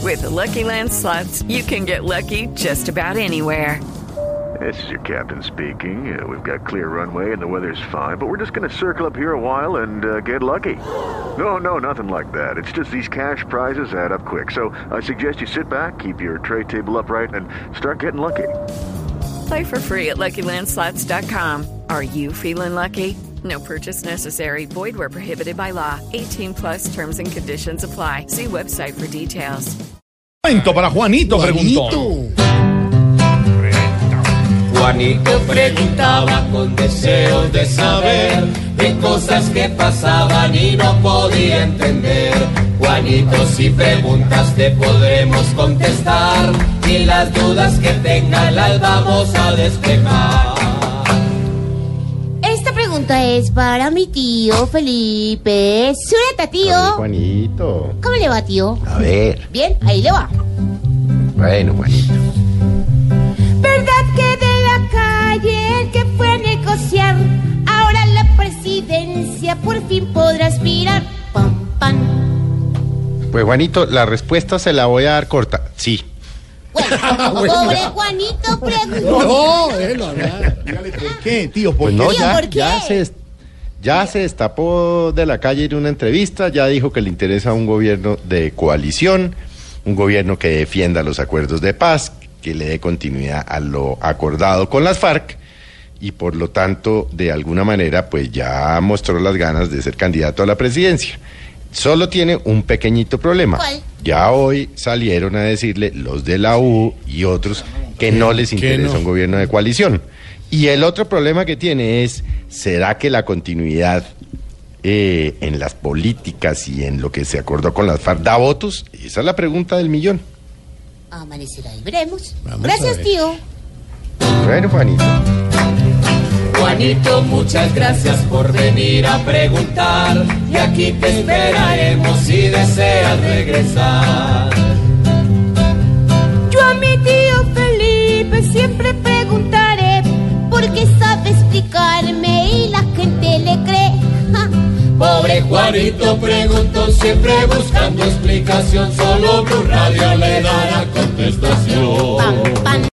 With the Lucky Land Slots, you can get lucky just about anywhere. This is your captain speaking. We've got clear runway and the weather's fine, but we're just going to circle up here a while and get lucky. No, nothing like that. It's just these cash prizes add up quick. So I suggest you sit back, keep your tray table upright, and start getting lucky. Play for free at LuckyLandSlots.com. Are you feeling lucky? No purchase necessary. Void where prohibited by law. 18+ terms and conditions apply. See website for details. Momento para Juanito preguntó. Juanito preguntaba con deseos de saber de cosas que pasaban y no podía entender. Juanito, si preguntas te podremos contestar y las dudas que tengas las vamos a despejar. Esta pregunta es para mi tío Felipe. ¡Súreta, tío! Juanito. ¿Cómo le va, tío? A ver. Bien, ahí le va. Bueno, Juanito. ¿Verdad que de la calle el que fue a negociar ahora la presidencia por fin podrá aspirar? Pam, pam. Pues, Juanito, la respuesta se la voy a dar corta. Sí. Bueno, pobre Juanito preguntó. No, déjelo hablar. Dígale por qué, tío. ¿Por Pues qué? no, Tío, ¿por qué? ya se destapó de la calle en una entrevista, ya dijo que le interesa un gobierno de coalición, un gobierno que defienda los acuerdos de paz, que le dé continuidad a lo acordado con las FARC y por lo tanto, de alguna manera, pues ya mostró las ganas de ser candidato a la presidencia. Solo tiene un pequeñito problema. ¿Cuál? Ya hoy salieron a decirle los de la U y otros que no les interesa un gobierno de coalición. Y el otro problema que tiene es, ¿será que la continuidad en las políticas y en lo que se acordó con las FARC da votos? Esa es la pregunta del millón. Amanecerá y veremos. Vamos a Gracias, ver. tío. Bueno, Juanito. Juanito, muchas gracias por venir a preguntar y aquí te esperaremos si deseas regresar. Yo a mi tío Felipe siempre preguntaré porque sabe explicarme y la gente le cree. Ja. Pobre Juanito preguntó siempre buscando explicación, solo Blue Radio le dará contestación. Pam, pam.